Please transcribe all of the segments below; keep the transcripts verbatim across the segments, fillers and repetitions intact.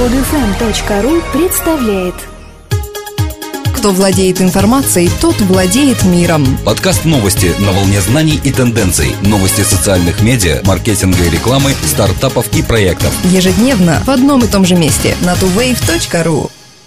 под эф эм точка ру представляет. Кто владеет информацией, тот владеет миром. Подкаст «Новости» на волне знаний и тенденций. Новости социальных медиа, маркетинга и рекламы, стартапов и проектов. Ежедневно в одном и том же месте на ту вейв точка ру.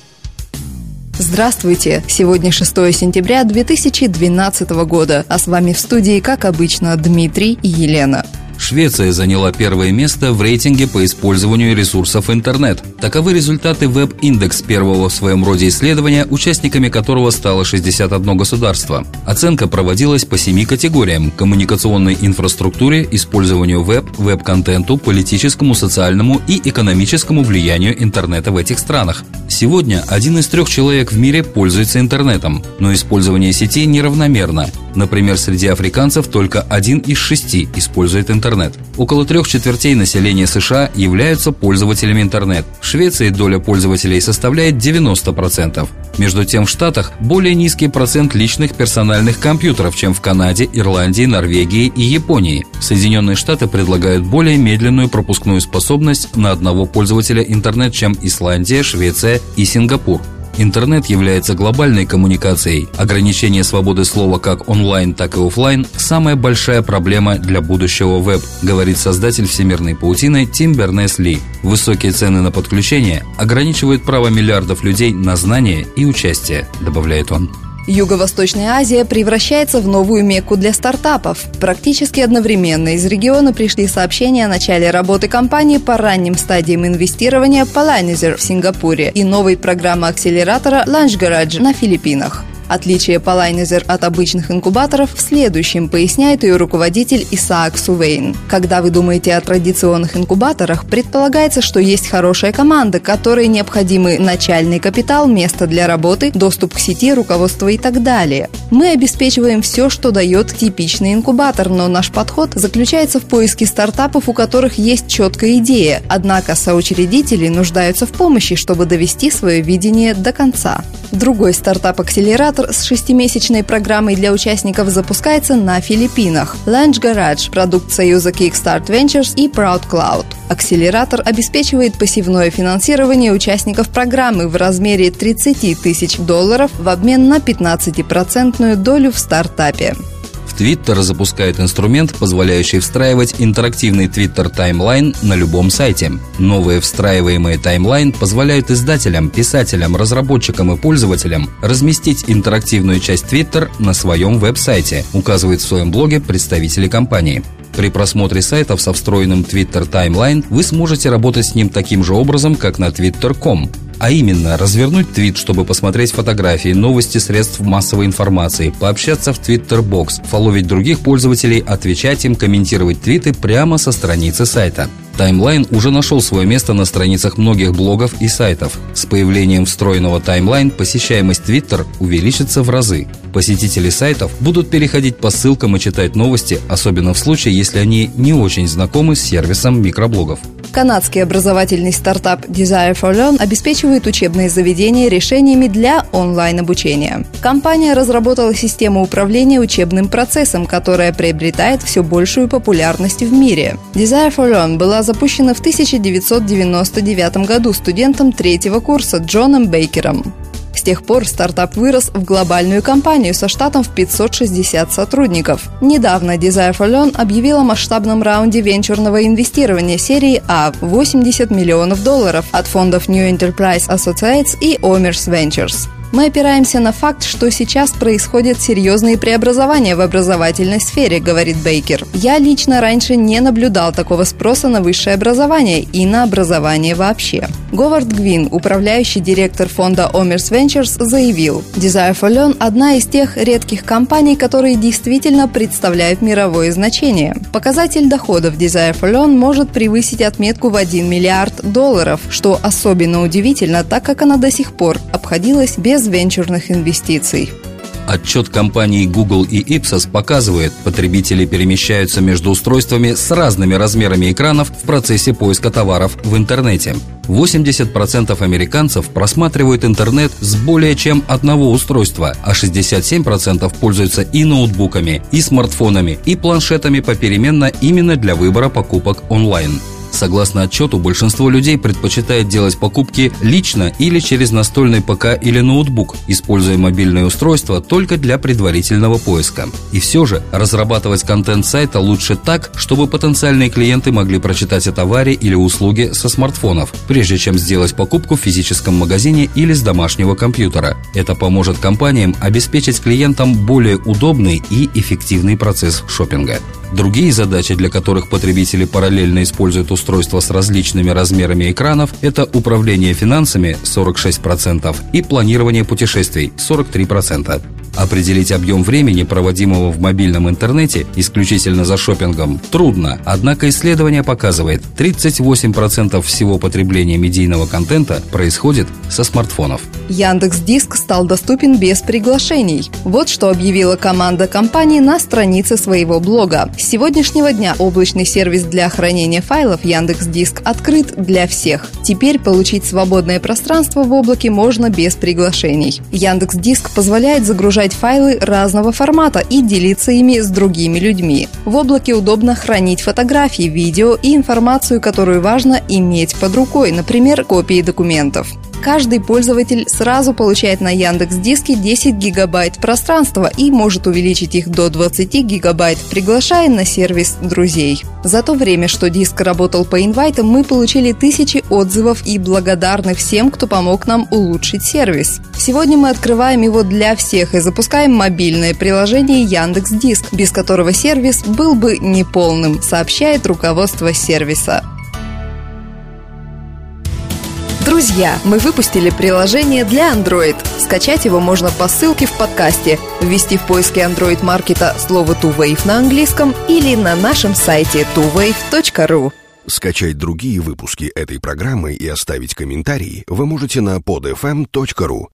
Здравствуйте! Сегодня шестое сентября две тысячи двенадцатого года, а с вами в студии, как обычно, Дмитрий и Елена. Швеция заняла первое место в рейтинге по использованию ресурсов интернет. Таковы результаты веб-индекс первого в своем роде исследования, участниками которого стало шестьдесят одно государство. Оценка проводилась по семи категориям: коммуникационной инфраструктуре, использованию веб, веб-контенту, политическому, социальному и экономическому влиянию интернета в этих странах. Сегодня один из трех человек в мире пользуется интернетом, но использование сети неравномерно. Например, среди африканцев только один из шести использует интернет. Около трех четвертей населения США являются пользователями интернет. В Швеции доля пользователей составляет девяносто процентов. Между тем, в Штатах более низкий процент личных персональных компьютеров, чем в Канаде, Ирландии, Норвегии и Японии. Соединенные Штаты предлагают более медленную пропускную способность на одного пользователя интернет, чем Исландия, Швеция и Сингапур. Интернет является глобальной коммуникацией. Ограничение свободы слова как онлайн, так и офлайн – самая большая проблема для будущего веб, говорит создатель всемирной паутины Тим Бернес-Ли. Высокие цены на подключение ограничивают право миллиардов людей на знания и участие, добавляет он. Юго-Восточная Азия превращается в новую мекку для стартапов. Практически одновременно из региона пришли сообщения о начале работы компании по ранним стадиям инвестирования Polynizer в Сингапуре и новой программы акселератора Launch Garage на Филиппинах. Отличие Polynizer от обычных инкубаторов в следующем, поясняет ее руководитель Исаак Сувейн. Когда вы думаете о традиционных инкубаторах, предполагается, что есть хорошая команда, которой необходимы начальный капитал, место для работы, доступ к сети, руководство и так далее. Мы обеспечиваем все, что дает типичный инкубатор, но наш подход заключается в поиске стартапов, у которых есть четкая идея, однако соучредители нуждаются в помощи, чтобы довести свое видение до конца. Другой стартап-акселератор с шестимесячной программой для участников запускается на Филиппинах. Launch Garage – продукт союза Kickstart Ventures и Proud Cloud. Акселератор обеспечивает пассивное финансирование участников программы в размере тридцать тысяч долларов в обмен на пятнадцатипроцентную долю в стартапе. Twitter запускает инструмент, позволяющий встраивать интерактивный Twitter таймлайн на любом сайте. Новые встраиваемые таймлайн позволяют издателям, писателям, разработчикам и пользователям разместить интерактивную часть Twitter на своем веб-сайте, указывает в своем блоге представители компании. При просмотре сайтов со встроенным Twitter таймлайн вы сможете работать с ним таким же образом, как на твиттер точка ком. А именно, развернуть твит, чтобы посмотреть фотографии, новости средств массовой информации, пообщаться в Twitter-бокс, фолловить других пользователей, отвечать им, комментировать твиты прямо со страницы сайта. Таймлайн уже нашел свое место на страницах многих блогов и сайтов. С появлением встроенного таймлайн посещаемость Twitter увеличится в разы. Посетители сайтов будут переходить по ссылкам и читать новости, особенно в случае, если они не очень знакомы с сервисом микроблогов. Канадский образовательный стартап Desire for Learn обеспечивает учебные заведения решениями для онлайн-обучения. Компания разработала систему управления учебным процессом, которая приобретает все большую популярность в мире. Desire for Learn была запущена в тысяча девятьсот девяносто девятом году студентом третьего курса Джоном Бейкером. С тех пор стартап вырос в глобальную компанию со штатом в пятьсот шестьдесят сотрудников. Недавно Desire for Learn объявила о масштабном раунде венчурного инвестирования серии А в восемьдесят миллионов долларов от фондов New Enterprise Associates и Omers Ventures. Мы опираемся на факт, что сейчас происходят серьезные преобразования в образовательной сфере, говорит Бейкер. Я лично раньше не наблюдал такого спроса на высшее образование и на образование вообще. Говард Гвин, управляющий директор фонда Omers Ventures, заявил: Desire for Learn – одна из тех редких компаний, которые действительно представляют мировое значение. Показатель доходов Desire for Learn может превысить отметку в один миллиард долларов, что особенно удивительно, так как она до сих пор обходилась без венчурных инвестиций. Отчет компаний Google и Ipsos показывает, потребители перемещаются между устройствами с разными размерами экранов в процессе поиска товаров в интернете. восемьдесят процентов американцев просматривают интернет с более чем одного устройства, а шестьдесят семь процентов пользуются и ноутбуками, и смартфонами, и планшетами попеременно именно для выбора покупок онлайн. Согласно отчету, большинство людей предпочитает делать покупки лично или через настольный ПК или ноутбук, используя мобильное устройство только для предварительного поиска. И все же, разрабатывать контент сайта лучше так, чтобы потенциальные клиенты могли прочитать о товаре или услуге со смартфонов, прежде чем сделать покупку в физическом магазине или с домашнего компьютера. Это поможет компаниям обеспечить клиентам более удобный и эффективный процесс шопинга. Другие задачи, для которых потребители параллельно используют устройства с различными размерами экранов, это управление финансами сорок шесть процентов и планирование путешествий сорок три процента. Определить объем времени, проводимого в мобильном интернете исключительно за шопингом, трудно, однако исследование показывает, тридцать восемь процентов всего потребления медийного контента происходит со смартфонов. Яндекс.Диск стал доступен без приглашений. Вот что объявила команда компании на странице своего блога. С сегодняшнего дня облачный сервис для хранения файлов Яндекс.Диск открыт для всех. Теперь получить свободное пространство в облаке можно без приглашений. Яндекс.Диск позволяет загружать файлы разного формата и делиться ими с другими людьми. В облаке удобно хранить фотографии, видео и информацию, которую важно иметь под рукой, например, копии документов. Каждый пользователь сразу получает на Яндекс.Диске десять гигабайт пространства и может увеличить их до двадцати гигабайт, приглашая на сервис друзей. За то время, что диск работал по инвайтам, мы получили тысячи отзывов и благодарны всем, кто помог нам улучшить сервис. Сегодня мы открываем его для всех и запускаем мобильное приложение Яндекс.Диск, без которого сервис был бы неполным, сообщает руководство сервиса. Друзья, мы выпустили приложение для Android. Скачать его можно по ссылке в подкасте, ввести в поиске Android-маркета слово two-wave на английском или на нашем сайте two wave точка ru. Скачать другие выпуски этой программы и оставить комментарии вы можете на pod f m точка ru.